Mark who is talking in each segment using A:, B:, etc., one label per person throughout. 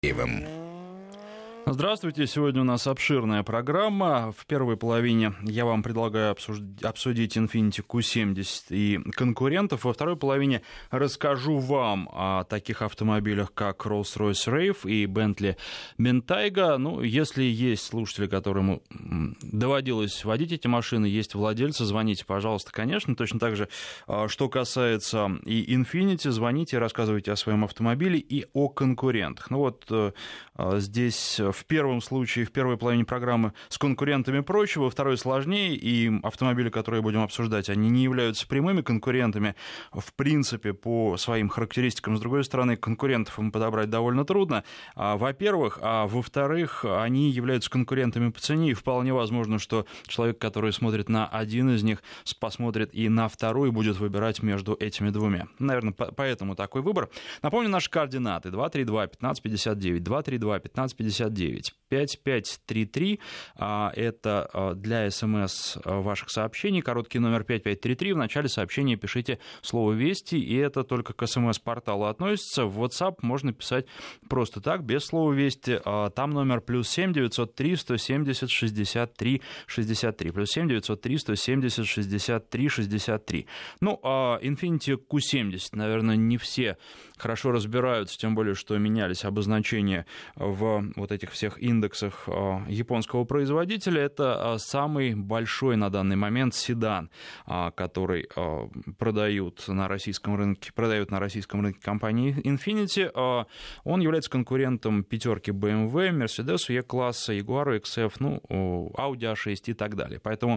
A: Здравствуйте, сегодня у нас обширная программа. В первой половине я вам предлагаю обсудить Infiniti Q70 и конкурентов. Во второй половине расскажу вам о таких автомобилях, как Rolls-Royce Wraith и Bentley Bentayga. Ну, если есть слушатели, которым доводилось водить эти машины, есть владельцы, звоните, пожалуйста, конечно. Точно так же, что касается и Infiniti, звоните, рассказывайте о своем автомобиле и о конкурентах. Ну вот здесь в первом случае, в первой половине программы с конкурентами проще, во второй сложнее, и автомобили, которые будем обсуждать, они не являются прямыми конкурентами, в принципе, по своим характеристикам. С другой стороны, конкурентов им подобрать довольно трудно, во-первых, а во-вторых, они являются конкурентами по цене, и вполне возможно, что человек, который смотрит на один из них, посмотрит и на второй, и будет выбирать между этими двумя. Наверное, поэтому такой выбор. Напомню, наши координаты: 232-1559, 232-1559, 5533, это для СМС ваших сообщений, короткий номер 5533, в начале сообщения пишите слово «Вести», и это только к СМС-порталу относится. В WhatsApp можно писать просто так, без слова «Вести», там номер +7 903 170 63 63, +7 903 170 63 63. Ну, Infiniti Q70, наверное, не все хорошо разбираются, тем более, что менялись обозначения в вот этих всех индексах японского производителя. Это самый большой на данный момент седан, который продают на российском рынке компании Infiniti. Он является конкурентом пятерки BMW, Mercedes E-класса, Jaguar XF, Audi A6 и так далее. Поэтому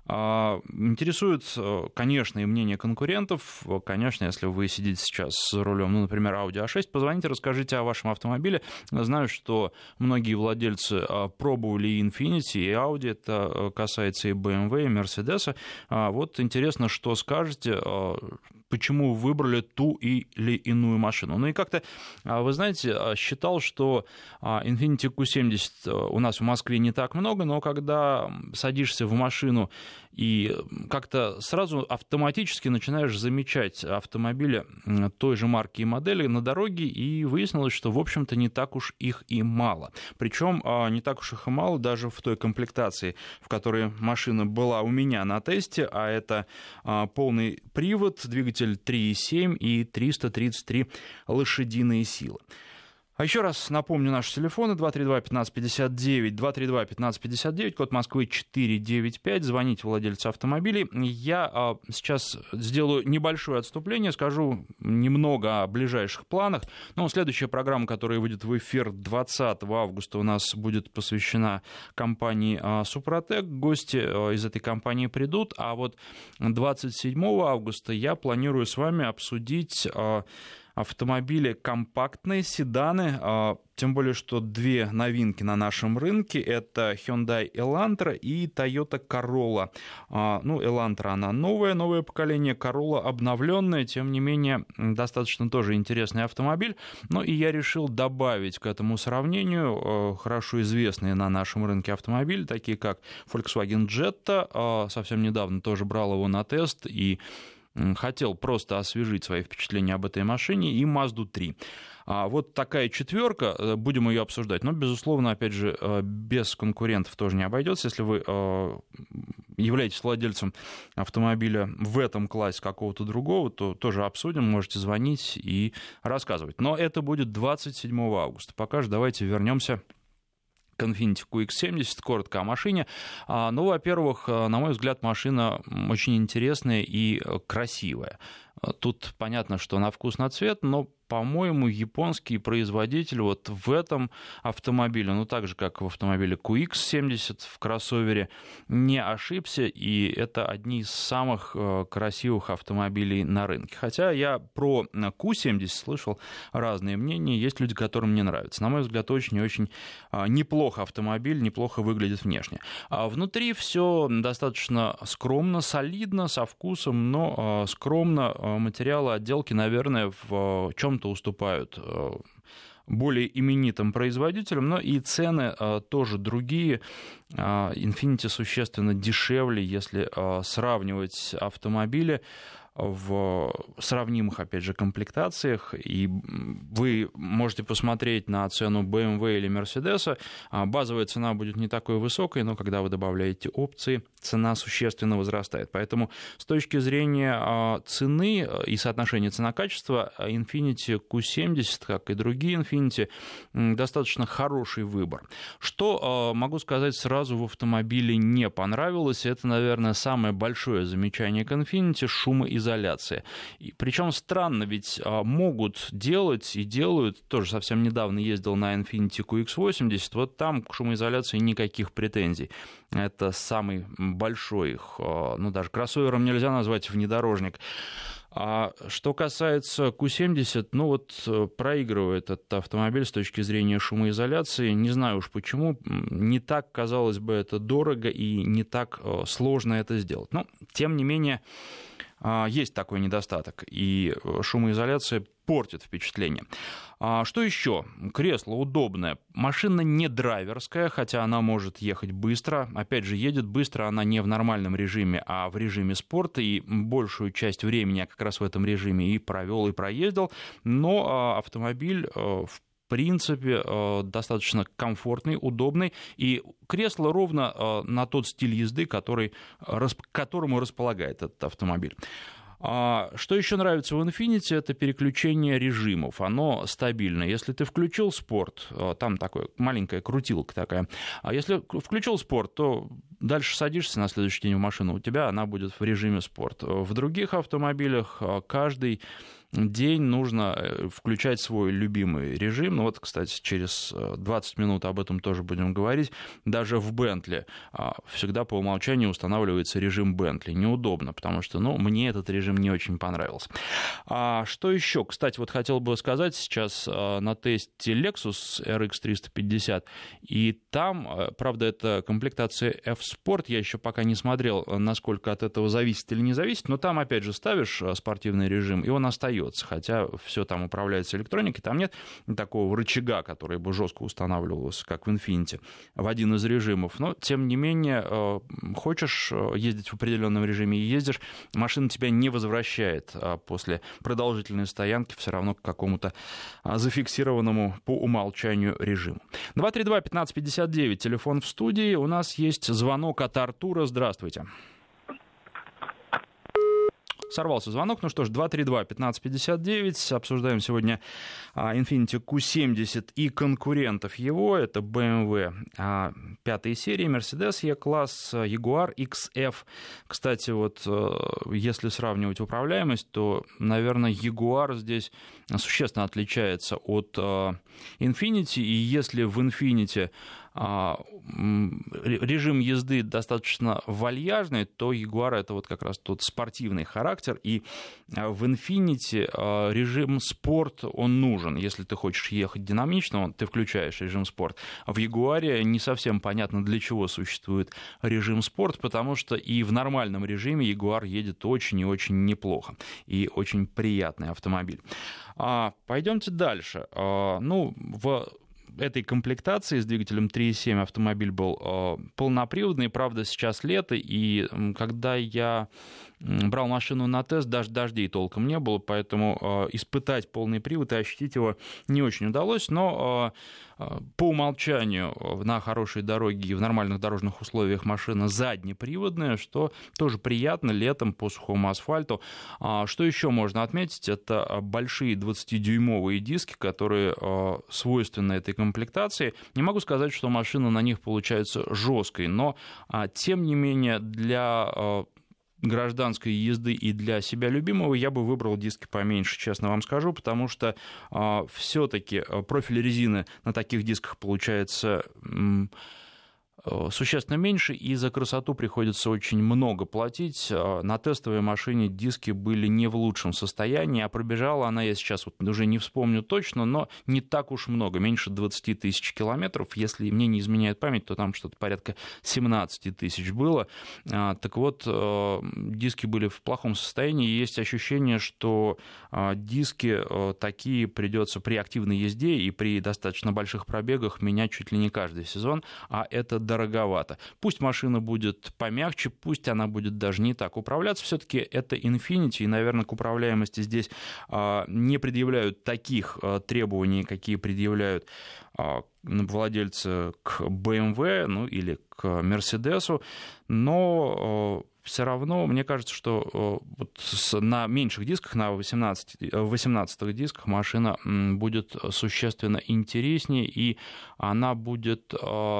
A: интересует, конечно, и мнение конкурентов. Конечно, если вы сидите сейчас за рулем, например, Audi A6, позвоните, расскажите о вашем автомобиле. Знаю, что многие владельцы пробовали и Infiniti, и Audi, это касается и BMW, и Mercedes. Вот интересно, что скажете, почему вы выбрали ту или иную машину. Ну и как-то, вы знаете, считал, что Infiniti Q70 у нас в Москве не так много, но когда садишься в машину и как-то сразу автоматически начинаешь замечать автомобили той же марки и модели на дороге, и выяснилось, что, в общем-то, не так уж их и мало. Причем не так уж их и мало даже в той комплектации, в которой машина была у меня на тесте, а это полный привод, двигатель 3.7 и 333 лошадиные силы. А еще раз напомню наши телефоны: 232-1559, 232-1559, код Москвы 495, звоните владельцу автомобилей. Я сейчас сделаю небольшое отступление, скажу немного о ближайших планах. Следующая программа, которая выйдет в эфир 20 августа, у нас будет посвящена компании Супротек. Гости из этой компании придут, а вот 27 августа я планирую с вами обсудить автомобили компактные, седаны, тем более, что две новинки на нашем рынке — это Hyundai Elantra и Toyota Corolla. Elantra, она новое поколение, Corolla обновленная, тем не менее, достаточно тоже интересный автомобиль. И я решил добавить к этому сравнению хорошо известные на нашем рынке автомобили, такие как Volkswagen Jetta, совсем недавно тоже брал его на тест и хотел просто освежить свои впечатления об этой машине, и Mazda 3. Вот такая четверка, будем ее обсуждать, но, безусловно, опять же, без конкурентов тоже не обойдется. Если вы являетесь владельцем автомобиля в этом классе какого-то другого, то тоже обсудим, можете звонить и рассказывать. Но это будет 27 августа. Пока же давайте вернемся к Infiniti QX70, коротко о машине. Во-первых, на мой взгляд, машина очень интересная и красивая. Тут понятно, что на вкус, на цвет, но, по-моему, японский производитель вот в этом автомобиле, так же, как в автомобиле QX70 в кроссовере, не ошибся, и это одни из самых красивых автомобилей на рынке. Хотя я про Q70 слышал разные мнения, есть люди, которым не нравится. На мой взгляд, очень и очень неплохо автомобиль, неплохо выглядит внешне. Внутри все достаточно скромно, солидно, со вкусом, но скромно. Материалы отделки, наверное, в чем-то уступают более именитым производителям, но и цены тоже другие. Infiniti существенно дешевле, если сравнивать автомобили. в сравнимых, опять же, комплектациях, и вы можете посмотреть на цену BMW или Mercedes. Базовая цена будет не такой высокой, но когда вы добавляете опции, цена существенно возрастает. Поэтому с точки зрения цены и соотношения цена-качество, Infiniti Q70, как и другие Infiniti, достаточно хороший выбор. Что могу сказать сразу в автомобиле не понравилось, это, наверное, самое большое замечание к Infiniti — шумоизоляция. Причем странно, ведь могут делать и делают, тоже совсем недавно ездил на Infiniti QX80, вот там к шумоизоляции никаких претензий. Это самый большой их, ну даже кроссовером нельзя назвать, внедорожник. А что касается Q70, ну вот проигрывает этот автомобиль с точки зрения шумоизоляции. Не знаю уж почему, не так, казалось бы, это дорого и не так сложно это сделать. Но, тем не менее, есть такой недостаток, и шумоизоляция портит впечатление. Что еще? Кресло удобное. Машина не драйверская, хотя она может ехать быстро. Опять же, едет быстро она не в нормальном режиме, а в режиме спорта, и большую часть времени я как раз в этом режиме и провел, и проездил. Но автомобиль в принципе, достаточно комфортный, удобный, и кресло ровно на тот стиль езды, к которому располагает этот автомобиль. Что еще нравится в Infiniti, это переключение режимов. Оно стабильно. Если ты включил спорт, там такая маленькая крутилка такая, а если включил спорт, то дальше садишься на следующий день в машину, у тебя она будет в режиме спорт. В других автомобилях каждый день нужно включать свой любимый режим. Ну вот, кстати, через 20 минут об этом тоже будем говорить. Даже в Bentley всегда по умолчанию устанавливается режим Bentley. Неудобно, потому что, мне этот режим не очень понравился. Что еще? Кстати, вот хотел бы сказать, сейчас на тесте Lexus RX 350, и там, правда, это комплектация F-Sport, я еще пока не смотрел, насколько от этого зависит или не зависит, но там, опять же, ставишь спортивный режим, и он остается. Хотя все там управляется электроникой, там нет такого рычага, который бы жестко устанавливался, как в Infiniti, в один из режимов. Но, тем не менее, хочешь ездить в определенном режиме и ездишь, машина тебя не возвращает после продолжительной стоянки все равно к какому-то зафиксированному по умолчанию режиму. 232-1559, телефон в студии. У нас есть звонок от Артура. Здравствуйте. Сорвался звонок. Ну что ж, 232-1559. Обсуждаем сегодня Infiniti Q70 и конкурентов его. Это BMW 5 серии, Mercedes E-класс, Jaguar XF. Кстати, вот если сравнивать управляемость, то, наверное, Jaguar здесь существенно отличается от Infiniti. И если в Infiniti режим езды достаточно вальяжный, то Jaguar — это вот как раз тот спортивный характер, и в Infiniti режим спорт, он нужен. Если ты хочешь ехать динамично, ты включаешь режим спорт. В Jaguar не совсем понятно, для чего существует режим спорт, потому что и в нормальном режиме Jaguar едет очень и очень неплохо, и очень приятный автомобиль. Пойдемте дальше. В этой комплектации с двигателем 3.7 автомобиль был полноприводный, правда, сейчас лето, и когда я брал машину на тест, даже дождей толком не было, поэтому испытать полный привод и ощутить его не очень удалось, но по умолчанию на хорошей дороге и в нормальных дорожных условиях машина заднеприводная, что тоже приятно летом по сухому асфальту. Что еще можно отметить, это большие 20-дюймовые диски, которые свойственны этой комплектации. Не могу сказать, что машина на них получается жесткой, но тем не менее для гражданской езды и для себя любимого я бы выбрал диски поменьше, честно вам скажу, потому что все-таки профиль резины на таких дисках получается существенно меньше, и за красоту приходится очень много платить. На тестовой машине диски были не в лучшем состоянии, а пробежала она, я сейчас вот уже не вспомню точно, но не так уж много, меньше 20 тысяч километров. Если мне не изменяет память, то там что-то порядка 17 тысяч было. Так вот, диски были в плохом состоянии, и есть ощущение, что диски такие придется при активной езде и при достаточно больших пробегах менять чуть ли не каждый сезон, а это дороговато. Пусть машина будет помягче, пусть она будет даже не так управляться, все-таки это Infiniti, и, наверное, к управляемости здесь не предъявляют таких требований, какие предъявляют владельцы к BMW, ну или к Mercedes, но все равно, мне кажется, что вот на меньших дисках, на 18 дисках машина будет существенно интереснее, и она будет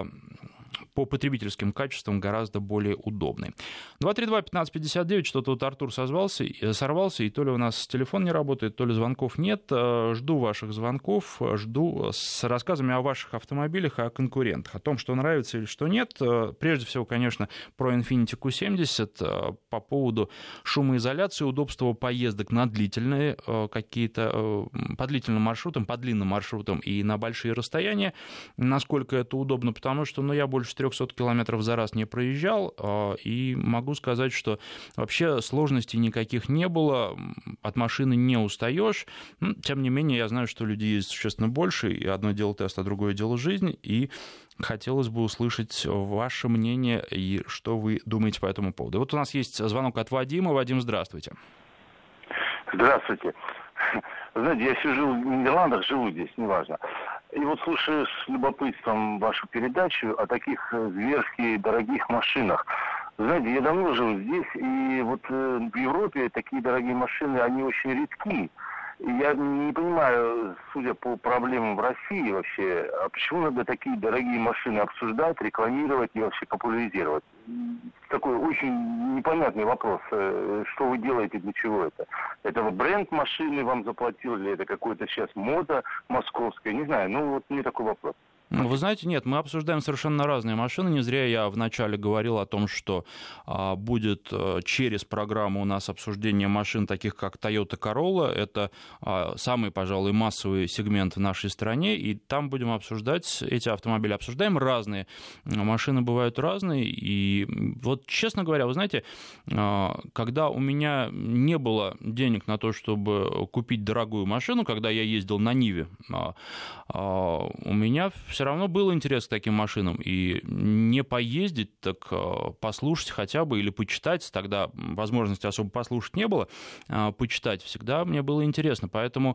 A: по потребительским качествам гораздо более удобной. 232-1559, что-то вот Артур сорвался, и то ли у нас телефон не работает, то ли звонков нет. Жду ваших звонков, жду с рассказами о ваших автомобилях, о конкурентах, о том, что нравится или что нет. Прежде всего, конечно, про Infiniti Q70 по поводу шумоизоляции, удобства поездок на длительные какие-то, по длительным маршрутам, по длинным маршрутам и на большие расстояния. Насколько это удобно, потому что, я больше 300 километров за раз не проезжал, и могу сказать, что вообще сложностей никаких не было, от машины не устаешь. Тем не менее, я знаю, что людей есть существенно больше, и одно дело тест, а другое дело жизнь, и хотелось бы услышать ваше мнение и что вы думаете по этому поводу. И вот у нас есть звонок от Вадима. Вадим, здравствуйте.
B: Здравствуйте. Знаете, я сижу в Нидерландах, живу здесь, неважно. И вот слушаю с любопытством вашу передачу о таких зверски дорогих машинах. Знаете, я давно живу здесь, и вот в Европе такие дорогие машины, они очень редки. И я не понимаю, судя по проблемам в России вообще, а почему надо такие дорогие машины обсуждать, рекламировать и вообще популяризировать? Такой очень непонятный вопрос. Что вы делаете, для чего это? Это вот бренд машины вам заплатил, или это какой-то сейчас мода московская? Не знаю, вот мне такой вопрос.
A: Вы знаете, нет, мы обсуждаем совершенно разные машины. Не зря я вначале говорил о том, что будет через программу у нас обсуждение машин, таких как Toyota Corolla. Это самый, пожалуй, массовый сегмент в нашей стране, и там будем обсуждать эти автомобили. Обсуждаем разные. Машины бывают разные, и вот, честно говоря, вы знаете, когда у меня не было денег на то, чтобы купить дорогую машину, когда я ездил на Ниве, у меня все равно был интерес к таким машинам, и не поездить, так послушать хотя бы или почитать, тогда возможности особо послушать не было, почитать всегда мне было интересно, поэтому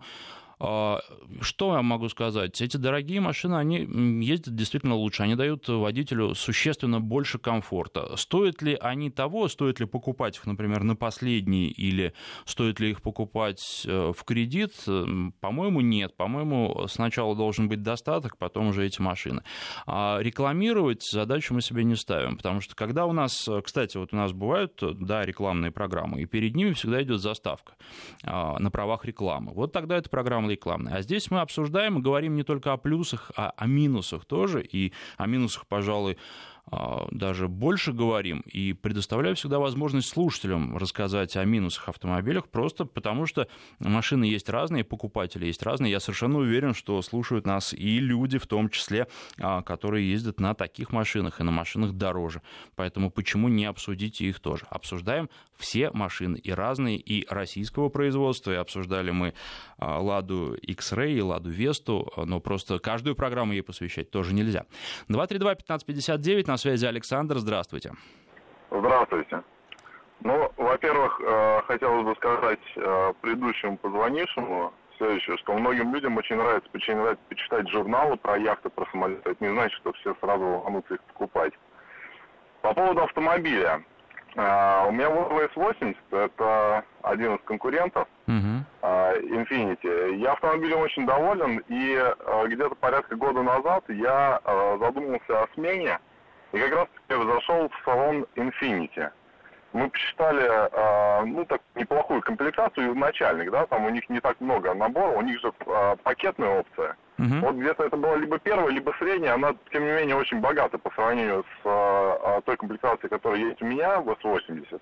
A: что я могу сказать? Эти дорогие машины, они ездят действительно лучше, они дают водителю существенно больше комфорта. Стоят ли они того, стоит ли покупать их, например, на последние, или стоит ли их покупать в кредит? По-моему, нет. По-моему, сначала должен быть достаток, потом уже эти машины. А рекламировать задачу мы себе не ставим, потому что когда у нас, кстати, вот у нас бывают, да, рекламные программы, и перед ними всегда идет заставка на правах рекламы. Вот тогда эта программа рекламная. А здесь мы обсуждаем и говорим не только о плюсах, а о минусах тоже. И о минусах, пожалуй, даже больше говорим, и предоставляю всегда возможность слушателям рассказать о минусах автомобилях, просто потому что машины есть разные, покупатели есть разные. Я совершенно уверен, что слушают нас и люди, в том числе, которые ездят на таких машинах и на машинах дороже. Поэтому почему не обсудить их тоже? Обсуждаем все машины, и разные, и российского производства, и обсуждали мы Ладу X-Ray и Ладу Весту, но просто каждую программу ей посвящать тоже нельзя. 232-1559, на связи Александр, здравствуйте.
C: Здравствуйте. Во-первых, хотелось бы сказать предыдущему позвонившему следующее, что многим людям очень нравится почитать журналы про яхты, про самолеты. Это не значит, что все сразу рванутся их покупать. По поводу автомобиля. У меня Volvo S80, это один из конкурентов Infiniti. Я автомобилем очень доволен, и где-то порядка года назад я задумался о смене, и как раз зашел в салон Infiniti. Мы посчитали, неплохую комплектацию изначальных, да, там у них не так много набора, у них же пакетная опция. Вот где-то это была либо первая, либо средняя, она, тем не менее, очень богата по сравнению с той комплектацией, которая есть у меня в S80.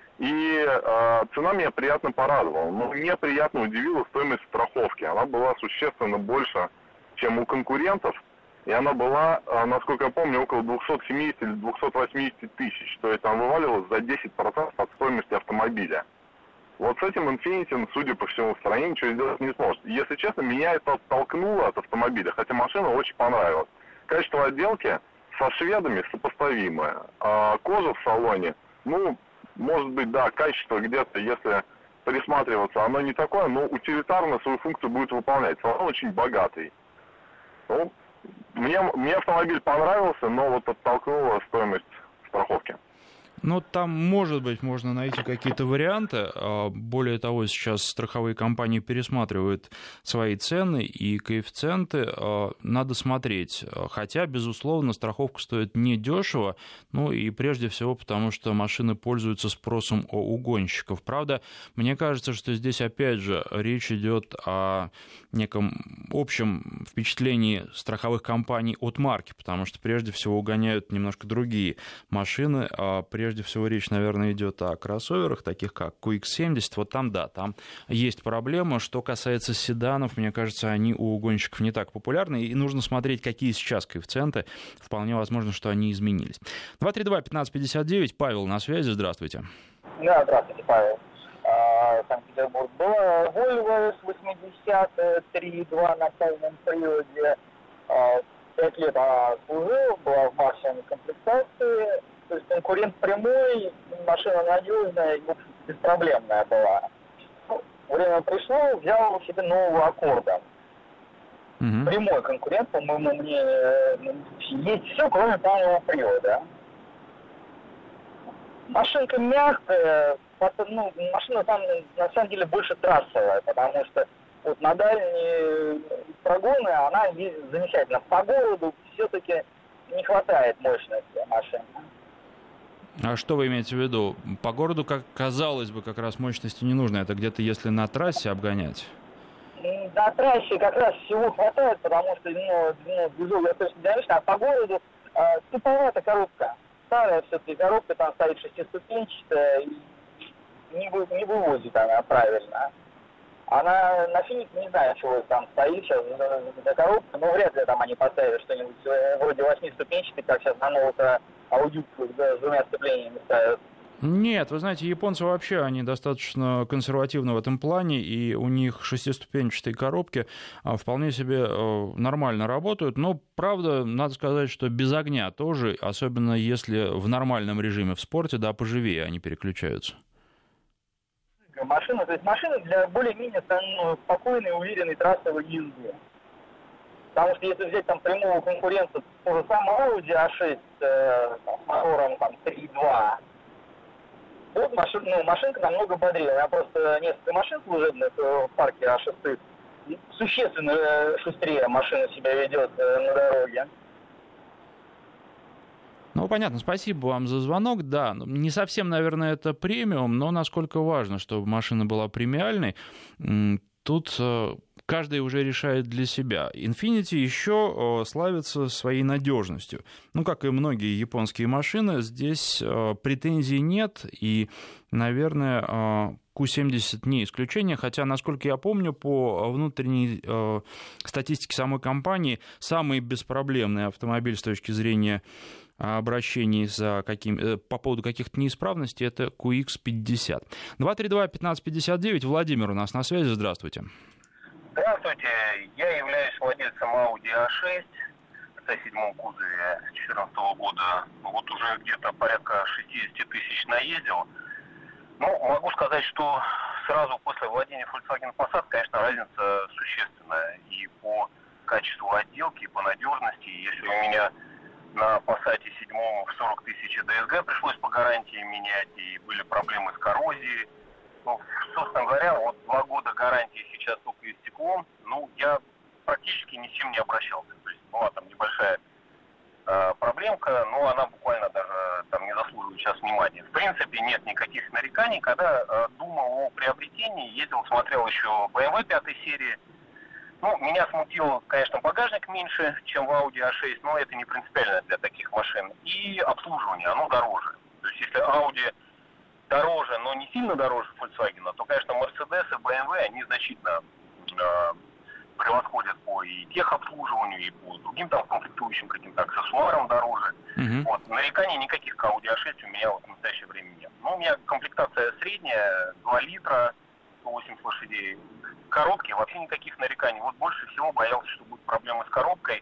C: И цена меня приятно порадовала, но меня приятно удивила стоимость страховки. Она была существенно больше, чем у конкурентов, и она была, насколько я помню, около 270 или 280 тысяч, то есть она вываливалась за 10% от стоимости автомобиля. Вот с этим Infiniti, судя по всему, в стране ничего сделать не сможет. Если честно, меня это оттолкнуло от автомобиля, хотя машина очень понравилась. Качество отделки со шведами сопоставимая. А кожа в салоне, ну, может быть, да, качество где-то, если присматриваться, оно не такое, но утилитарно свою функцию будет выполнять. Салон очень богатый. Ну, мне автомобиль понравился, но вот оттолкнула стоимость страховки.
A: Ну, там, может быть, можно найти какие-то варианты. Более того, сейчас страховые компании пересматривают свои цены и коэффициенты. Надо смотреть. Хотя, безусловно, страховка стоит недешево. Ну, и прежде всего, потому что машины пользуются спросом у угонщиков. Правда, мне кажется, что здесь, опять же, речь идет о неком общем впечатлении страховых компаний от марки, потому что, прежде всего, угоняют немножко другие машины. Прежде всего, речь, наверное, идет о кроссоверах, таких как QX70. Вот там, да, там есть проблема. Что касается седанов, мне кажется, они у угонщиков не так популярны, и нужно смотреть, какие сейчас коэффициенты. Вполне возможно, что они изменились. 232-1559, Павел на связи, здравствуйте.
D: Да, здравствуйте, Павел. Санкт-Петербург. Была Volvo S80 3.2 на полном приводе. 5 лет она служила, была в максимум комплектации. То есть конкурент прямой, машина надежная и, в общем, беспроблемная была. Время пришло, взял себе нового Аккорда. Прямой конкурент, по моему мнению, есть все, кроме полного привода. Машинка мягкая, машина там на самом деле больше трассовая, потому что вот на дальние прогоны она ездит замечательно. По городу все-таки не хватает мощности машины.
A: А что вы имеете в виду? По городу, как казалось бы, как раз мощности не нужно. Это где-то если на трассе обгонять?
D: На трассе как раз всего хватает, потому что движок достаточно динамичный, а по городу туповата коробка. Старая все-таки коробка, там стоит шестиступенчатая, и не вывозит она правильно. Она на финике не знаю, чего там стоит сейчас за коробка, но вряд ли там они поставили что-нибудь вроде 8-ступенчатой, как сейчас на новых аудитках с двумя сцеплениями ставят.
A: Нет, вы знаете, японцы вообще, они достаточно консервативны в этом плане, и у них шестиступенчатые коробки вполне себе нормально работают, но, правда, надо сказать, что без огня тоже, особенно если в нормальном режиме в спорте, да, поживее они переключаются.
D: Машина, то есть машина для более-менее спокойной, уверенной трассовой езды. Потому что если взять там прямого конкурента, то же самое Audi A6 с мотором там 3.2, вот машинка намного бодрее. Я просто несколько машин служебных в парке А6 существенно шустрее машина себя ведет на дороге.
A: Ну, понятно, спасибо вам за звонок. Да, не совсем, наверное, это премиум, но насколько важно, чтобы машина была премиальной, тут каждый уже решает для себя. Infiniti еще славится своей надежностью. Ну, как и многие японские машины, здесь претензий нет, и, наверное, Q70 не исключение, хотя, насколько я помню, по внутренней статистике самой компании, самый беспроблемный автомобиль с точки зрения обращений по поводу каких-то неисправностей, это QX50. 232-1559, Владимир у нас на связи, здравствуйте.
E: Здравствуйте, я являюсь владельцем Audi A6 в седьмом кузове с 2014 года. Вот уже где-то порядка 60 тысяч наездил. Ну, могу сказать, что сразу после владения Volkswagen Passat, конечно, разница существенная и по качеству отделки, и по надежности. Если у меня на Passat 7 в 40 тысяч ДСГ пришлось по гарантии менять, и были проблемы с коррозией. Ну, собственно говоря, вот 2 года гарантии сейчас только и стеклом, ну, я практически ни с чем не обращался. То есть была там небольшая проблемка, но она буквально даже там не заслуживает сейчас внимания. В принципе, нет никаких нареканий. Когда думал о приобретении, ездил, смотрел еще BMW 5 серии. Ну, меня смутил, конечно, багажник меньше, чем в Audi A6, но это не принципиально для таких машин. И обслуживание, оно дороже. То есть, если Audi дороже, но не сильно дороже Volkswagen, то, конечно, Mercedes и BMW, они значительно превосходят по и техобслуживанию, и по другим там комплектующим каким-то аксессуарам дороже. Вот. Нареканий никаких к Audi A6 у меня вот в настоящее время нет. Ну, у меня комплектация средняя, 2 литра, 180 лошадей. Коробки вообще никаких нареканий. Вот больше всего боялся, что будут проблемы с коробкой.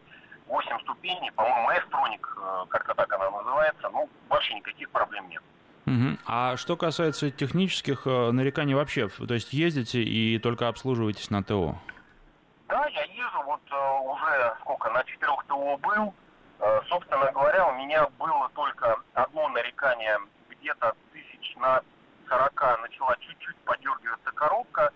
E: 8 ступеней, по-моему, S-Tronic, как-то так она называется, ну, вообще никаких проблем нет.
A: Угу. А что касается технических нареканий вообще, то есть ездите и только обслуживаетесь на ТО?
E: Да, я езжу, вот уже сколько, на 4 ТО был. Собственно говоря, у меня было только одно нарекание, где-то 40 начала чуть-чуть подергиваться коробка.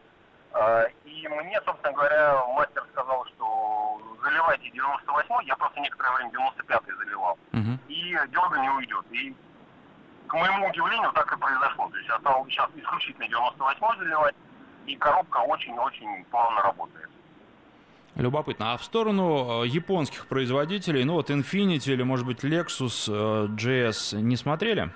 E: И мне, собственно говоря, мастер сказал, что заливайте 98-й, я просто некоторое время 95-й заливал. И дерга не уйдет. И к моему удивлению так и произошло. То есть я стал сейчас исключительно 98-й заливать, и коробка очень-очень плавно работает.
A: Любопытно. А в сторону японских производителей, ну вот Infiniti или, может быть, Lexus GS не смотрели?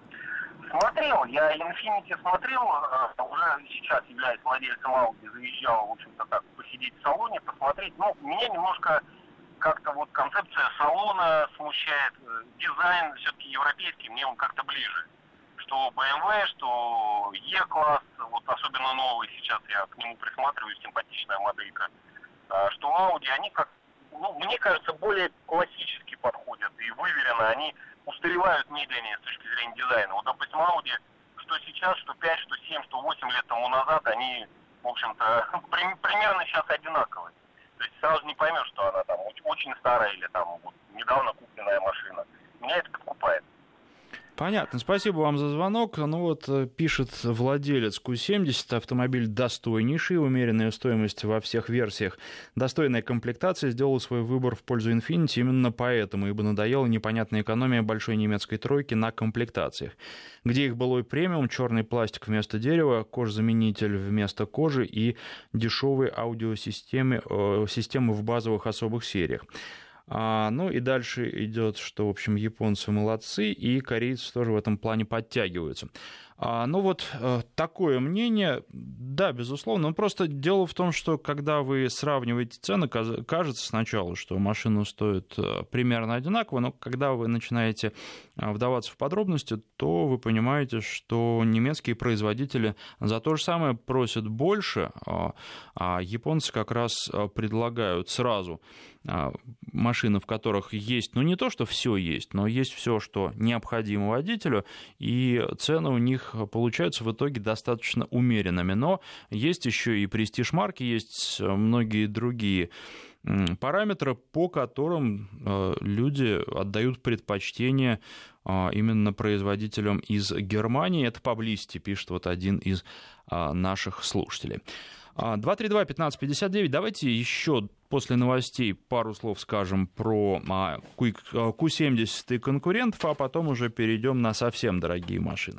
E: Смотрел, я Infiniti смотрел, уже сейчас являюсь владельцем Audi, заезжал, в общем-то, так, посидеть в салоне, посмотреть. Ну, меня немножко как-то вот концепция салона смущает, дизайн все-таки европейский, мне он как-то ближе. Что BMW, что E-класс, вот особенно новый сейчас, я к нему присматриваюсь, симпатичная моделька, что Audi, они как, ну, мне кажется, более классически подходят и выверенно, они устаревают медленнее с точки зрения дизайна. Вот, допустим, Audi, что сейчас, что 5, что 7, что 8 лет тому назад, они, в общем-то, примерно сейчас одинаковые. То есть сразу не поймешь, что она там очень старая или там вот, недавно купленная машина. Меня это подкупает.
A: Понятно. Спасибо вам за звонок. Ну вот пишет владелец Q70, автомобиль достойнейший, умеренная стоимость во всех версиях, достойная комплектация, сделал свой выбор в пользу Infiniti именно поэтому, ибо надоела непонятная экономия большой немецкой тройки на комплектациях, где их былой премиум, черный пластик вместо дерева, кожзаменитель вместо кожи и дешевые аудиосистемы в базовых особых сериях. Ну и дальше идет, что, в общем, японцы молодцы, и корейцы тоже в этом плане подтягиваются. Ну вот такое мнение, да, безусловно, но просто дело в том, что когда вы сравниваете цены, кажется сначала, что машина стоит примерно одинаково, но когда вы начинаете вдаваться в подробности, то вы понимаете, что немецкие производители за то же самое просят больше, а японцы как раз предлагают сразу машины, в которых есть, ну не то, что все есть, но есть все, что необходимо водителю, и цены у них получаются в итоге достаточно умеренными. Но есть еще и престиж марки, есть многие другие параметры, по которым люди отдают предпочтение именно производителям из Германии. Это поблизости, пишет вот один из наших слушателей. 232-1559. Давайте еще после новостей пару слов скажем про Q70 и конкурентов, а потом уже перейдем на совсем дорогие машины.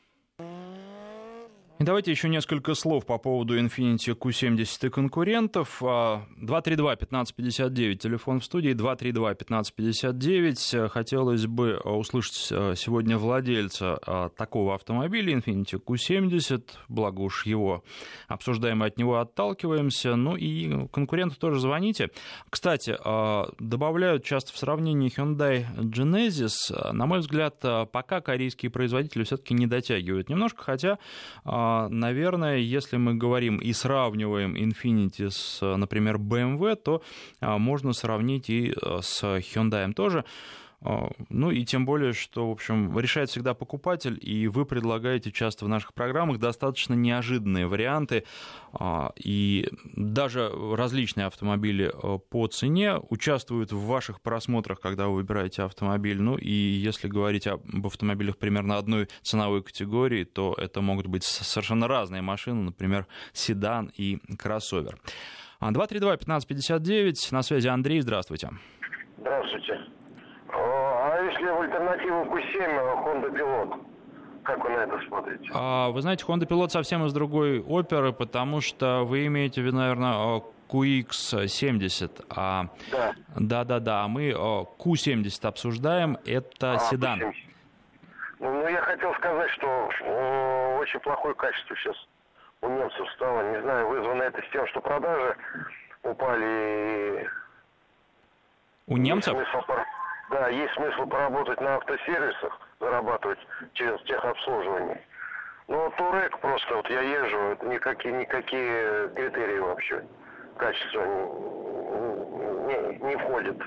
A: И давайте еще несколько слов по поводу Infiniti Q70 и конкурентов. 232-1559, телефон в студии, 232-1559. Хотелось бы услышать сегодня владельца такого автомобиля, Infiniti Q70, благо уж его обсуждаем и от него отталкиваемся. Ну и конкурентов тоже звоните. Кстати, добавляют часто в сравнении Hyundai Genesis. На мой взгляд, пока корейские производители все-таки не дотягивают немножко, хотя... Наверное, если мы говорим и сравниваем Infiniti с, например, BMW, то можно сравнить и с Hyundai тоже. Ну и тем более, что, в общем, решает всегда покупатель, и вы предлагаете часто в наших программах достаточно неожиданные варианты, и даже различные автомобили по цене участвуют в ваших просмотрах, когда вы выбираете автомобиль. Ну и если говорить об автомобилях примерно одной ценовой категории, то это могут быть совершенно разные машины, например, седан и кроссовер. 232-1559, на связи Андрей, здравствуйте.
B: Здравствуйте. А если в альтернативу Q7 Honda Pilot, как вы на это смотрите?
A: Вы знаете, Honda Pilot совсем из другой оперы, потому что вы имеете в виду, наверное, QX70. Да. Да, мы Q70 обсуждаем, это седан.
B: Q70. Ну, я хотел сказать, что очень плохое качество сейчас у немцев стало. Не знаю, вызвано это с тем, что продажи упали.
A: У немцев?
B: Да, есть смысл поработать на автосервисах, зарабатывать через техобслуживание. Но Турек просто, вот я езжу, никакие критерии вообще качества не входят.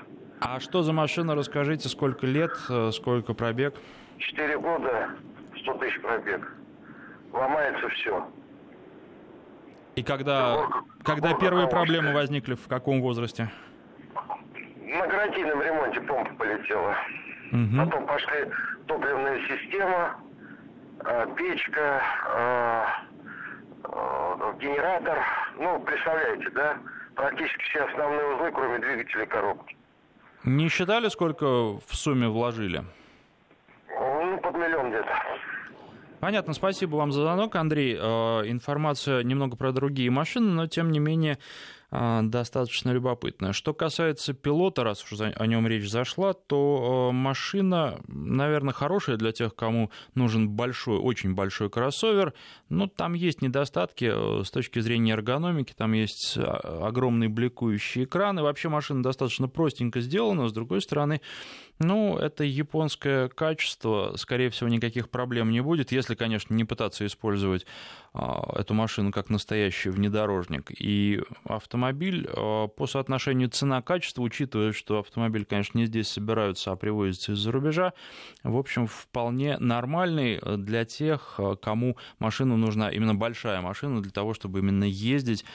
A: А что за машина, расскажите, сколько лет, сколько пробег?
B: 4 года, 100 тысяч пробег. Ломается все.
A: И когда первые проблемы возникли, в каком возрасте?
B: На гарантийном ремонте помпа полетела. Потом пошли топливная система, печка, генератор. Ну, представляете, да? Практически все основные узлы, кроме двигателя и коробки.
A: Не считали, сколько в сумме вложили?
B: Ну, под миллион где-то.
A: Понятно, спасибо вам за звонок, Андрей. Информация немного про другие машины, но тем не менее достаточно любопытная. Что касается пилота, раз уж о нем речь зашла, то машина, наверное, хорошая для тех, кому нужен большой, очень большой кроссовер. Но там есть недостатки с точки зрения эргономики, там есть огромные бликующие экраны. Вообще машина достаточно простенько сделана, с другой стороны, ну, это японское качество, скорее всего, никаких проблем не будет, если, конечно, не пытаться использовать эту машину как настоящий внедорожник. И автомобиль по соотношению цена-качество, учитывая, что автомобиль, конечно, не здесь собираются, а привозится из-за рубежа, в общем, вполне нормальный для тех, кому машина нужна, именно большая машина, для того, чтобы именно ездить.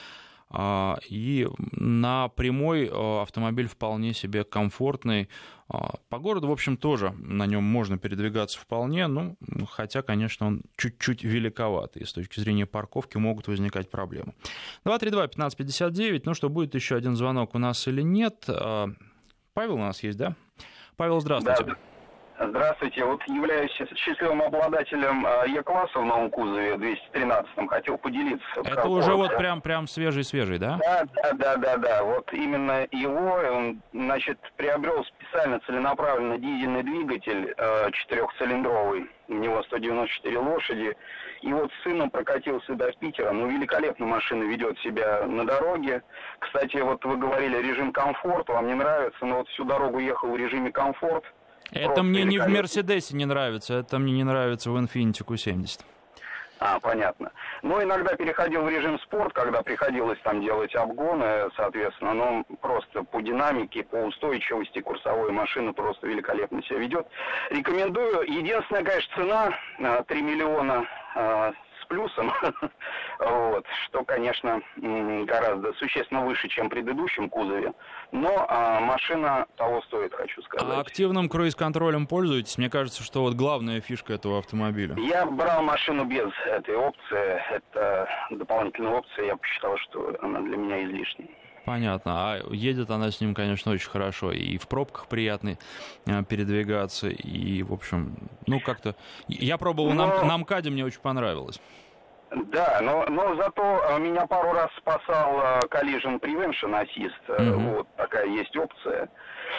A: И на прямой автомобиль вполне себе комфортный. По городу, в общем, тоже на нем можно передвигаться вполне, ну, хотя, конечно, он чуть-чуть великоватый. С точки зрения парковки могут возникать проблемы. 232-1559. Ну что, будет еще один звонок у нас или нет? Павел у нас есть, да? Павел, здравствуйте.
E: Да. Здравствуйте. Вот являюсь счастливым обладателем Е-класса в новом кузове 213-м. Хотел поделиться.
A: Это уже вот прям свежий, да?
E: Да. Вот именно его, значит, приобрел специально целенаправленно дизельный двигатель 4-цилиндровый. У него 194 лошади. И вот с сыном прокатился до Питера. Ну, великолепно машина ведет себя на дороге. Кстати, вот вы говорили режим комфорт. Вам не нравится, но вот всю дорогу ехал в режиме комфорт.
A: Это мне не в Мерседесе не нравится, это мне не нравится в Infiniti Q70.
E: Понятно. Ну, иногда переходил в режим спорт, когда приходилось там делать обгоны, соответственно, но просто по динамике, по устойчивости курсовой машины просто великолепно себя ведет. Рекомендую. Единственная, конечно, цена 3 миллиона с плюсом, вот, что, конечно, гораздо существенно выше, чем в предыдущем кузове, но машина того стоит, хочу сказать.
A: А активным круиз-контролем пользуетесь? Мне кажется, что вот главная фишка этого автомобиля.
E: Я брал машину без этой опции, это дополнительная опция, я посчитал, что она для меня излишняя.
A: Понятно. А едет она с ним, конечно, очень хорошо. И в пробках приятно передвигаться. И, в общем, ну, как-то... Я пробовал на МКАДе, мне очень понравилось.
E: Да, но зато меня пару раз спасал Collision Prevention Assist. Вот такая есть опция.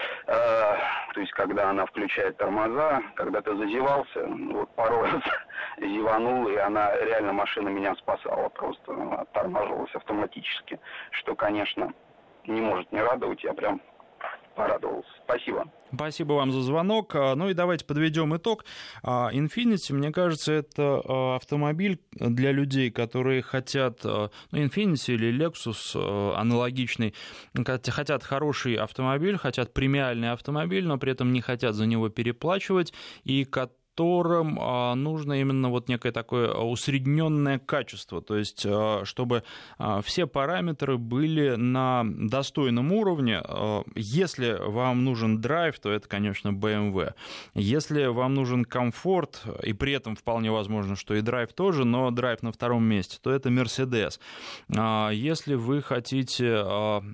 E: То есть, когда она включает тормоза, когда ты зазевался, вот пару раз зеванул, и она реально, машина меня спасала, просто оттормаживалась автоматически, что, конечно, не может не радовать, я прям порадовался. Спасибо.
A: Спасибо вам за звонок. Ну и давайте подведем итог. Infiniti, мне кажется, это автомобиль для людей, которые хотят, Infiniti или Lexus аналогичный, хотят хороший автомобиль, хотят премиальный автомобиль, но при этом не хотят за него переплачивать, и которым нужно именно вот некое такое усредненное качество, то есть чтобы все параметры были на достойном уровне. Если вам нужен драйв, то это, конечно, BMW. Если вам нужен комфорт, и при этом вполне возможно, что и драйв тоже, но драйв на втором месте, то это Mercedes. Если вы хотите...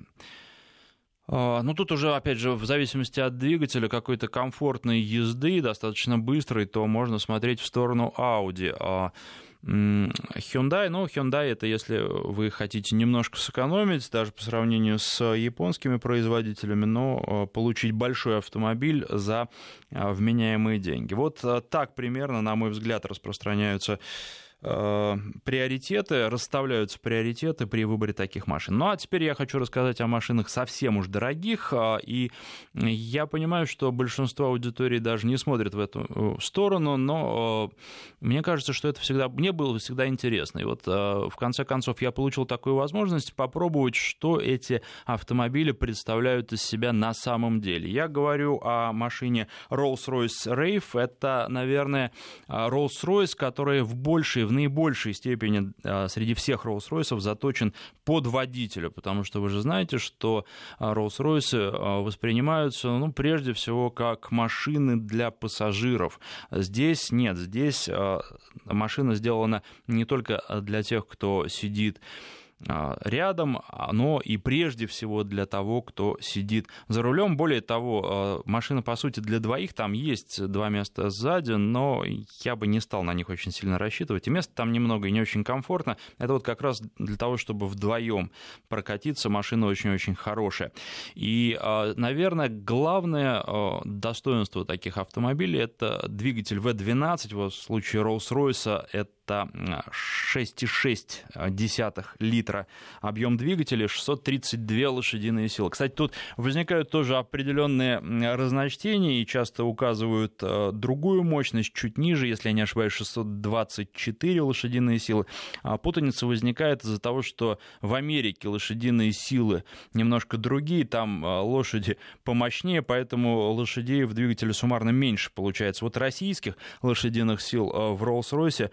A: Ну, тут уже, опять же, в зависимости от двигателя какой-то комфортной езды, достаточно быстрой, то можно смотреть в сторону Audi. Hyundai, Hyundai это если вы хотите немножко сэкономить, даже по сравнению с японскими производителями, но получить большой автомобиль за вменяемые деньги. Вот так примерно, на мой взгляд, распространяются расставляются приоритеты при выборе таких машин. Ну, а теперь я хочу рассказать о машинах совсем уж дорогих, и я понимаю, что большинство аудитории даже не смотрит в эту сторону, но мне кажется, что это мне было всегда интересно. И вот в конце концов я получил такую возможность попробовать, что эти автомобили представляют из себя на самом деле. Я говорю о машине Rolls-Royce Wraith. Это, наверное, Rolls-Royce, который в наибольшей степени среди всех Rolls-Royce'ов заточен под водителя, потому что вы же знаете, что Rolls-Royce воспринимаются, прежде всего, как машины для пассажиров. Здесь нет, здесь машина сделана не только для тех, кто сидит рядом, но и прежде всего для того, кто сидит за рулем. Более того, машина, по сути, для двоих, там есть 2 места сзади, но я бы не стал на них очень сильно рассчитывать, и места там немного и не очень комфортно. Это вот как раз для того, чтобы вдвоем прокатиться, машина очень-очень хорошая. И, наверное, главное достоинство таких автомобилей — это двигатель V12, в случае Rolls-Royce это 6,6 литра объем двигателя, 632 лошадиные силы. Кстати, тут возникают тоже определенные разночтения и часто указывают другую мощность чуть ниже, если я не ошибаюсь, 624 лошадиные силы. Путаница возникает из-за того, что в Америке лошадиные силы немножко другие, там лошади помощнее, поэтому лошадей в двигателе суммарно меньше получается. Вот российских лошадиных сил в Rolls-Royce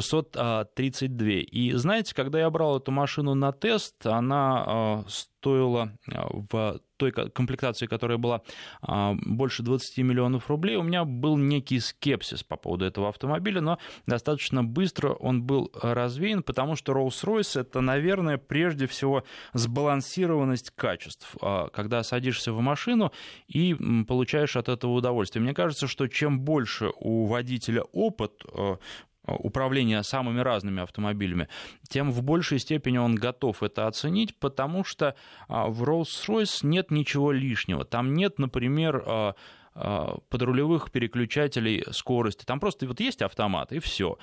A: 632. И знаете, когда я брал эту машину на тест, она стоила в той комплектации, которая была больше 20 миллионов рублей, у меня был некий скепсис по поводу этого автомобиля, но достаточно быстро он был развеян, потому что Rolls-Royce — это, наверное, прежде всего сбалансированность качеств, когда садишься в машину и получаешь от этого удовольствие. Мне кажется, что чем больше у водителя опыт управления самыми разными автомобилями, тем в большей степени он готов это оценить, потому что в Rolls-Royce нет ничего лишнего. Там нет, например, подрулевых переключателей скорости. Там просто вот есть автомат, и все.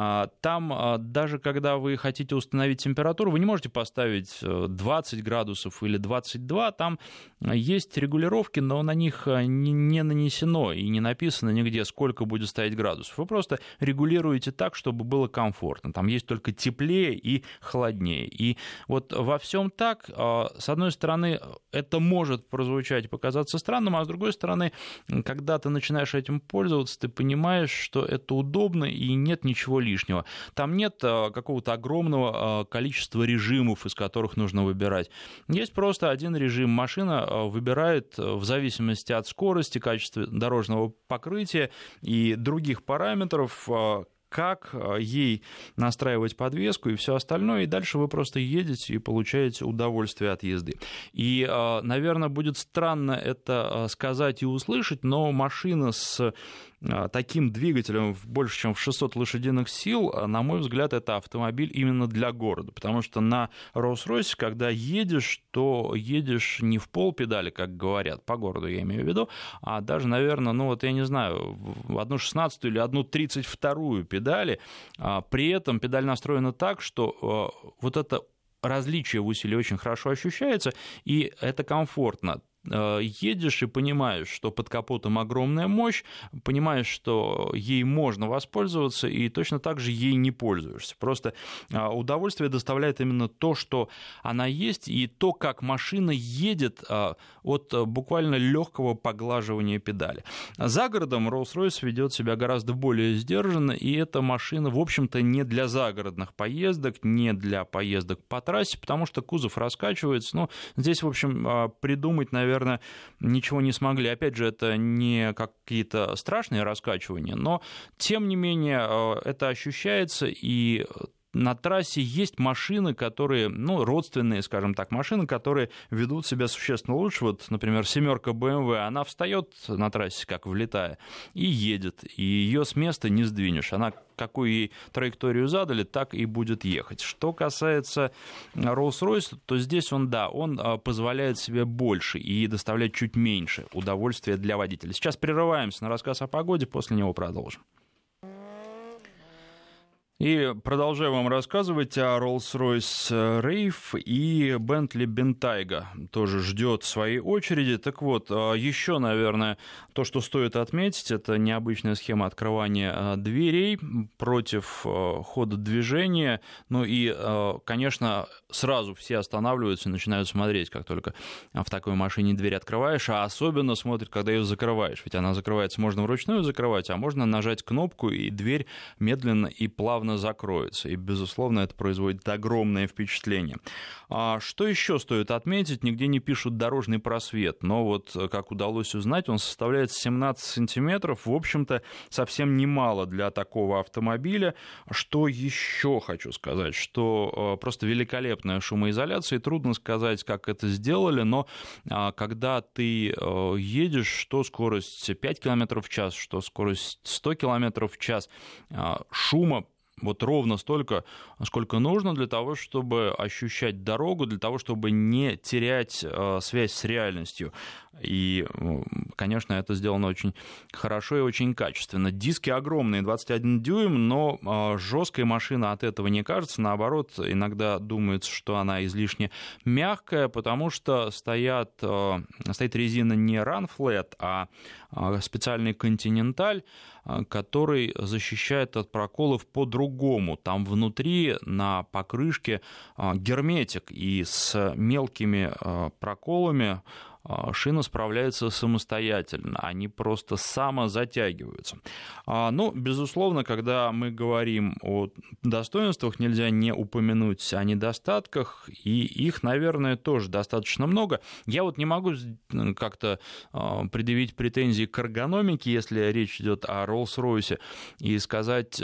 A: Там даже когда вы хотите установить температуру, вы не можете поставить 20 градусов или 22. Там есть регулировки, но на них не нанесено и не написано нигде, сколько будет стоять градусов. Вы просто регулируете так, чтобы было комфортно. Там есть только теплее и холоднее. И вот во всем так, с одной стороны, это может прозвучать и показаться странным, а с другой стороны, когда ты начинаешь этим пользоваться, ты понимаешь, что это удобно и нет ничего лишнего. Там нет какого-то огромного количества режимов, из которых нужно выбирать. Есть просто один режим. Машина выбирает в зависимости от скорости, качества дорожного покрытия и других параметров, как ей настраивать подвеску и все остальное, и дальше вы просто едете и получаете удовольствие от езды. И, наверное, будет странно это сказать и услышать, но машина с таким двигателем больше, чем в 600 лошадиных сил, на мой взгляд, это автомобиль именно для города, потому что на Rolls-Royce, когда едешь, то едешь не в полпедали, как говорят, по городу я имею в виду, а даже, наверное, я не знаю, в 1/16 или 1/32 педали, при этом педаль настроена так, что вот это различие в усилии очень хорошо ощущается, и это комфортно. Едешь и понимаешь, что под капотом огромная мощь, понимаешь, что ей можно воспользоваться, и точно так же ей не пользуешься. Просто удовольствие доставляет именно то, что она есть, и то, как машина едет от буквально легкого поглаживания педали. За городом Rolls-Royce ведет себя гораздо более сдержанно, и эта машина, в общем-то, не для загородных поездок, не для поездок по трассе, потому что кузов раскачивается. Здесь, в общем, придумать, наверное, ничего не смогли. Опять же, это не какие-то страшные раскачивания, но, тем не менее, это ощущается, и на трассе есть машины, которые, родственные, скажем так, машины, которые ведут себя существенно лучше. Вот, например, 7 BMW, она встает на трассе, как влетая, и едет, и ее с места не сдвинешь. Она какую ей траекторию задали, так и будет ехать. Что касается Rolls-Royce, то здесь он позволяет себе больше и доставлять чуть меньше удовольствия для водителя. Сейчас прерываемся на рассказ о погоде, после него продолжим. И продолжаю вам рассказывать о Rolls-Royce Wraith и Bentley Bentayga. Тоже ждет своей очереди. Так вот, еще, наверное, то, что стоит отметить, это необычная схема открывания дверей против хода движения. Ну и, конечно, сразу все останавливаются и начинают смотреть, как только в такой машине дверь открываешь, а особенно смотрят, когда ее закрываешь. Ведь она закрывается, можно вручную закрывать, а можно нажать кнопку, и дверь медленно и плавно закроется. И, безусловно, это производит огромное впечатление. Что еще стоит отметить? Нигде не пишут дорожный просвет, но вот, как удалось узнать, он составляет 17 сантиметров. В общем-то, совсем немало для такого автомобиля. Что еще хочу сказать? Что просто великолепная шумоизоляция. И трудно сказать, как это сделали, но когда ты едешь, что скорость 5 км в час, что скорость 100 км в час, шума вот ровно столько, сколько нужно для того, чтобы ощущать дорогу, для того, чтобы не терять связь с реальностью. И, конечно, это сделано очень хорошо и очень качественно. Диски огромные, 21 дюйм, но жесткая машина от этого не кажется. Наоборот, иногда думается, что она излишне мягкая, потому что стоит резина не Run Flat, а специальный Continental, который защищает от проколов по-другому. Там внутри на покрышке герметик, и с мелкими проколами шины справляются самостоятельно, они просто самозатягиваются. Ну, безусловно, когда мы говорим о достоинствах, нельзя не упомянуть о недостатках, и их, наверное, тоже достаточно много. Я вот не могу как-то предъявить претензии к эргономике, если речь идет о Rolls-Royce, и сказать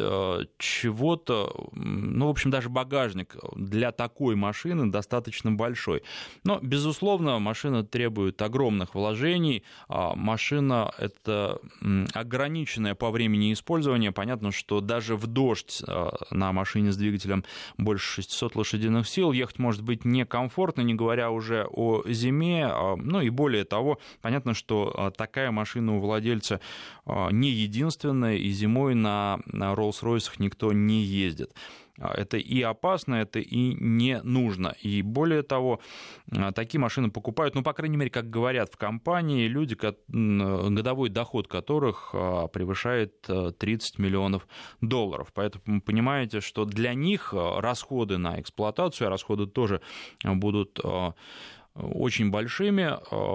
A: чего-то, ну, в общем, даже багажник для такой машины достаточно большой. Но, безусловно, машина требует огромных вложений. Машина — это ограниченная по времени использования. Понятно, что даже в дождь на машине с двигателем больше 600 лошадиных сил ехать может быть некомфортно, не говоря уже о зиме. Ну и более того, понятно, что такая машина у владельца не единственная, и зимой на Rolls-Royce никто не ездит. Это и опасно, это и не нужно. И более того, такие машины покупают, ну, по крайней мере, как говорят в компании, люди, годовой доход которых превышает $30 миллионов. Поэтому понимаете, что для них расходы на эксплуатацию, расходы тоже будут очень большими,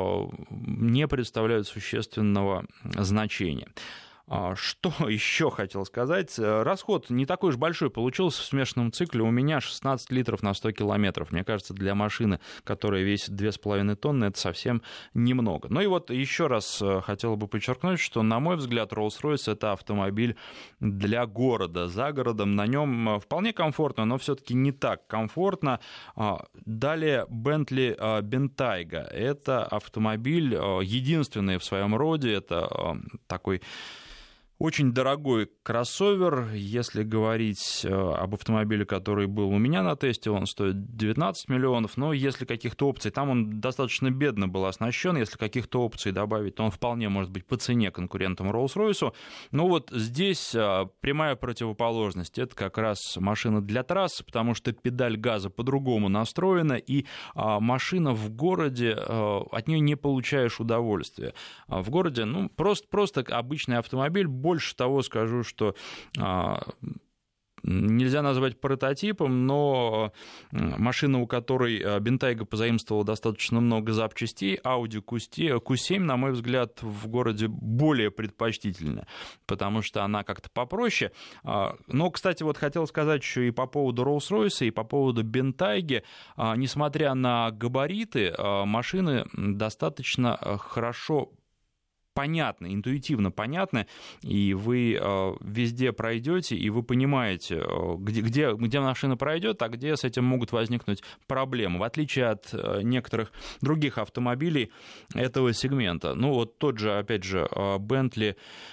A: не представляют существенного значения. Что еще хотел сказать? Расход не такой уж большой получился в смешанном цикле. У меня 16 литров на 100 километров. Мне кажется, для машины, которая весит 2,5 тонны, это совсем немного. Ну и вот еще раз хотел бы подчеркнуть, что, на мой взгляд, Rolls-Royce — это автомобиль для города. За городом на нем вполне комфортно, но все-таки не так комфортно. Далее Bentley Bentayga. Это автомобиль единственный в своем роде. Это такой очень дорогой кроссовер. Если говорить об автомобиле, который был у меня на тесте, он стоит 19 миллионов, но если каких-то опций, там он достаточно бедно был оснащен, если каких-то опций добавить, то он вполне может быть по цене конкурентом Rolls-Royce. Но вот здесь прямая противоположность. Это как раз машина для трассы, потому что педаль газа по-другому настроена, и машина в городе, от нее не получаешь удовольствия. В городе, ну, просто обычный автомобиль. Больше того скажу, что нельзя назвать прототипом, но машина, у которой Bentayga позаимствовала достаточно много запчастей, Audi Q7, на мой взгляд, в городе более предпочтительна, потому что она как-то попроще. Но, кстати, вот хотел сказать еще и по поводу Rolls-Royce, и по поводу Bentayga. Несмотря на габариты, машины достаточно хорошо понятно, интуитивно понятно, и вы везде пройдете, и вы понимаете, где машина пройдет, а где с этим могут возникнуть проблемы, в отличие от некоторых других автомобилей этого сегмента. Ну, вот тот же, опять же, Bentley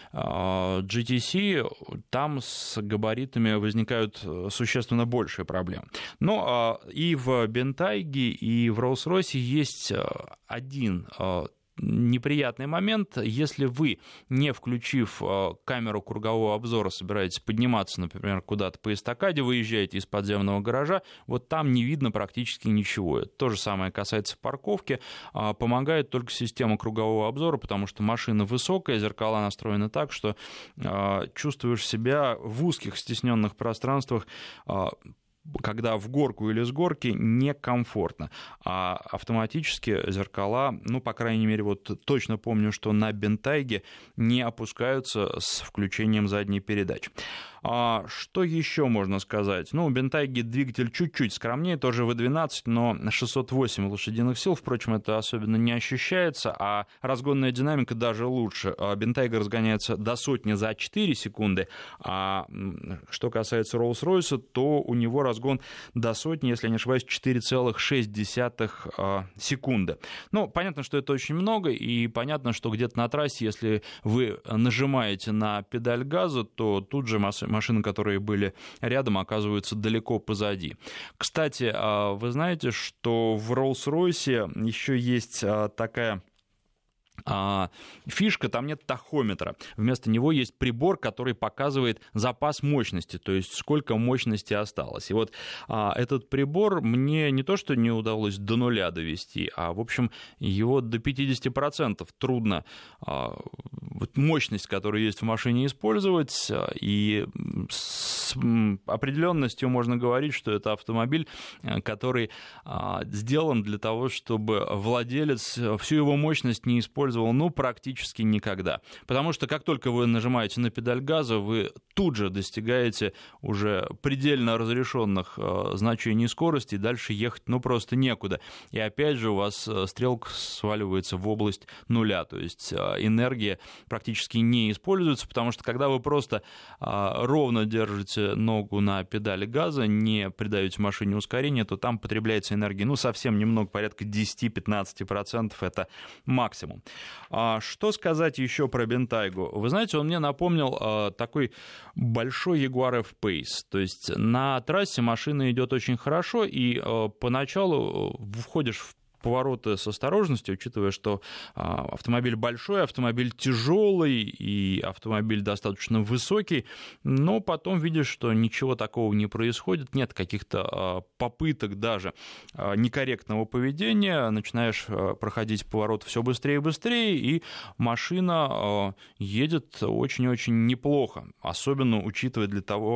A: GTC, там с габаритами возникают существенно большие проблемы. Но и в Bentayga, и в Rolls-Royce есть один неприятный момент. Если вы, не включив камеру кругового обзора, собираетесь подниматься, например, куда-то по эстакаде, выезжаете из подземного гаража, вот там не видно практически ничего. То же самое касается парковки. Помогает только система кругового обзора, потому что машина высокая, зеркала настроены так, что чувствуешь себя в узких стесненных пространствах, когда в горку или с горки некомфортно. А автоматически зеркала, ну, по крайней мере, вот точно помню, что на Бентайге не опускаются с включением задней передачи. Что еще можно сказать? Ну, у Бентайги двигатель чуть-чуть скромнее, тоже V12, но 608 лошадиных сил, впрочем, это особенно не ощущается, а разгонная динамика даже лучше. Бентайга разгоняется до сотни за 4 секунды, а что касается Rolls-Royce, то у него разгон до сотни, если я не ошибаюсь, 4,6 секунды. Ну, понятно, что это очень много, и понятно, что где-то на трассе, если вы нажимаете на педаль газа, то тут же машины, которые были рядом, оказываются далеко позади. Кстати, вы знаете, что в Rolls-Royce еще есть такая фишка, там нет тахометра. Вместо него есть прибор, который показывает запас мощности, то есть сколько мощности осталось. И вот этот прибор мне не то, что не удалось до нуля довести, а, в общем, его до 50% трудно мощность, которая есть в машине, использовать. И с определенностью можно говорить, что это автомобиль, который сделан для того, чтобы владелец всю его мощность не использовал, ну, практически никогда. Потому что как только вы нажимаете на педаль газа, вы тут же достигаете уже предельно разрешенных значений скорости, и дальше ехать, ну, просто некуда. И опять же у вас стрелка сваливается в область нуля, то есть энергия практически не используется, потому что когда вы просто ровно держите ногу на педали газа, не придаете машине ускорения, то там потребляется энергия, ну, совсем немного, порядка 10-15%, это максимум. Что сказать еще про Бентайгу? Вы знаете, он мне напомнил такой большой Jaguar F-Pace. То есть на трассе машина идет очень хорошо, и поначалу входишь в повороты с осторожностью, учитывая, что автомобиль большой, автомобиль тяжелый и автомобиль достаточно высокий, но потом видишь, что ничего такого не происходит, нет каких-то попыток даже некорректного поведения, начинаешь проходить поворот все быстрее и быстрее, и машина едет очень-очень неплохо, особенно учитывая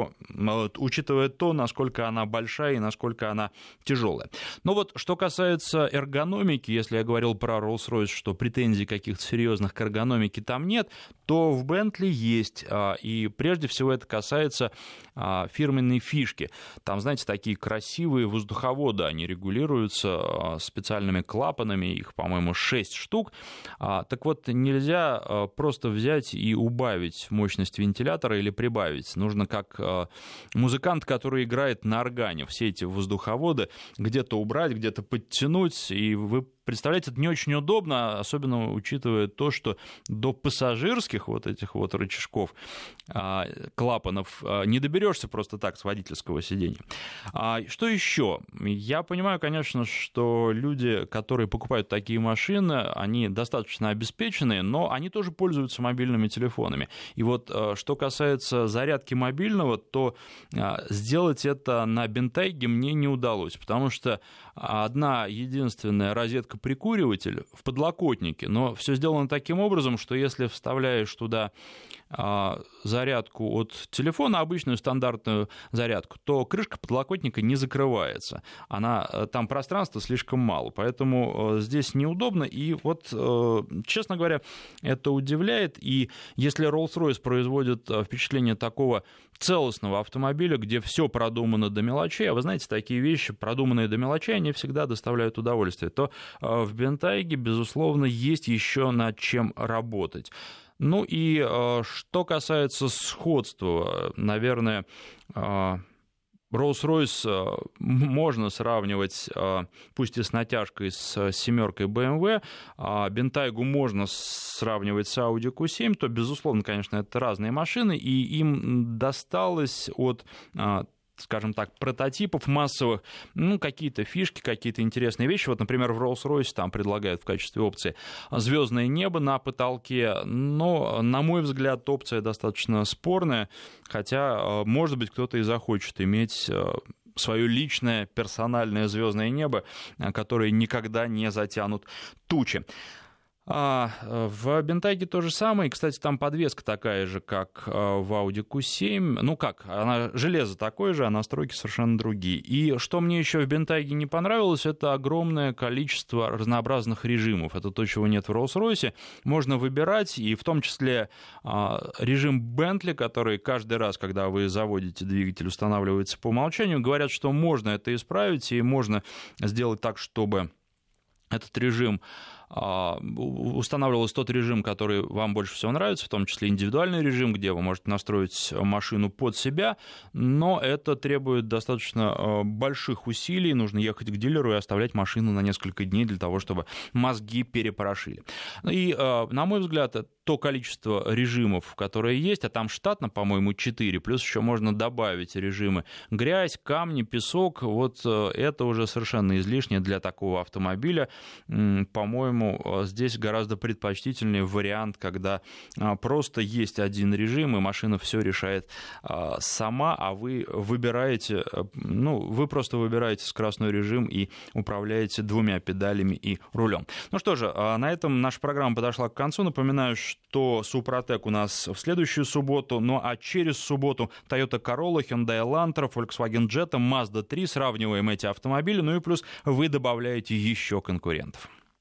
A: то, насколько она большая и насколько она тяжелая. Но вот что касается эргономики, если я говорил про Rolls-Royce, что претензий каких-то серьезных к эргономике там нет, то в Bentley есть, и прежде всего это касается фирменной фишки. Там, знаете, такие красивые воздуховоды, они регулируются специальными клапанами, их, по-моему, 6 штук. Так вот, нельзя просто взять и убавить мощность вентилятора или прибавить. Нужно как музыкант, который играет на органе, все эти воздуховоды где-то убрать, где-то подтянуть, и вы представляете, это не очень удобно, особенно учитывая то, что до пассажирских вот этих вот рычажков, клапанов не доберешься просто так с водительского сиденья. Что еще? Я понимаю, конечно, что люди, которые покупают такие машины, они достаточно обеспеченные, но они тоже пользуются мобильными телефонами. И вот что касается зарядки мобильного, то сделать это на Бентайге мне не удалось, потому что одна единственная розетка-прикуриватель в подлокотнике, но все сделано таким образом, что если вставляешь туда зарядку от телефона, обычную стандартную зарядку, то крышка подлокотника не закрывается. Там пространства слишком мало, поэтому здесь неудобно. И вот, честно говоря, это удивляет. И если Rolls-Royce производит впечатление такого целостного автомобиля, где все продумано до мелочей, а вы знаете, такие вещи, продуманные до мелочей, они всегда доставляют удовольствие, то в Бентайге, безусловно, есть еще над чем работать. Ну и что касается сходства, наверное, Rolls-Royce можно сравнивать, пусть и с натяжкой, с семеркой BMW, Бентайгу можно сравнивать с Audi Q7, то, безусловно, конечно, это разные машины, и им досталось от скажем так, прототипов массовых, какие-то фишки, какие-то интересные вещи. Вот, например, в Rolls-Royce там предлагают в качестве опции звездное небо на потолке, но, на мой взгляд, опция достаточно спорная, хотя, может быть, кто-то и захочет иметь свое личное персональное звездное небо, которое никогда не затянут тучи. В Бентайге то же самое. И, кстати, там подвеска такая же, как в Audi Q7. Она железо такое же, а настройки совершенно другие. И что мне еще в Бентайге не понравилось, это огромное количество разнообразных режимов. Это то, чего нет в Rolls-Royce. Можно выбирать, и в том числе режим Bentley, который каждый раз, когда вы заводите двигатель, устанавливается по умолчанию. Говорят, что можно это исправить, и можно сделать так, чтобы этот режим устанавливался тот режим, который вам больше всего нравится, в том числе индивидуальный режим, где вы можете настроить машину под себя, но это требует достаточно больших усилий, нужно ехать к дилеру и оставлять машину на несколько дней для того, чтобы мозги перепорошили. И, на мой взгляд, то количество режимов, которые есть, а там штатно, по-моему, 4, плюс еще можно добавить режимы грязь, камни, песок, вот это уже совершенно излишне для такого автомобиля, по-моему, здесь гораздо предпочтительнее вариант, когда просто есть один режим, и машина все решает сама, а вы выбираете, вы просто выбираете скоростной режим и управляете двумя педалями и рулем. Ну что же, на этом наша программа подошла к концу. Напоминаю, что Супротек у нас в следующую субботу, а через субботу Toyota Corolla, Hyundai Elantra, Volkswagen Jetta, Mazda 3. Сравниваем эти автомобили, и плюс вы добавляете еще конкурентов.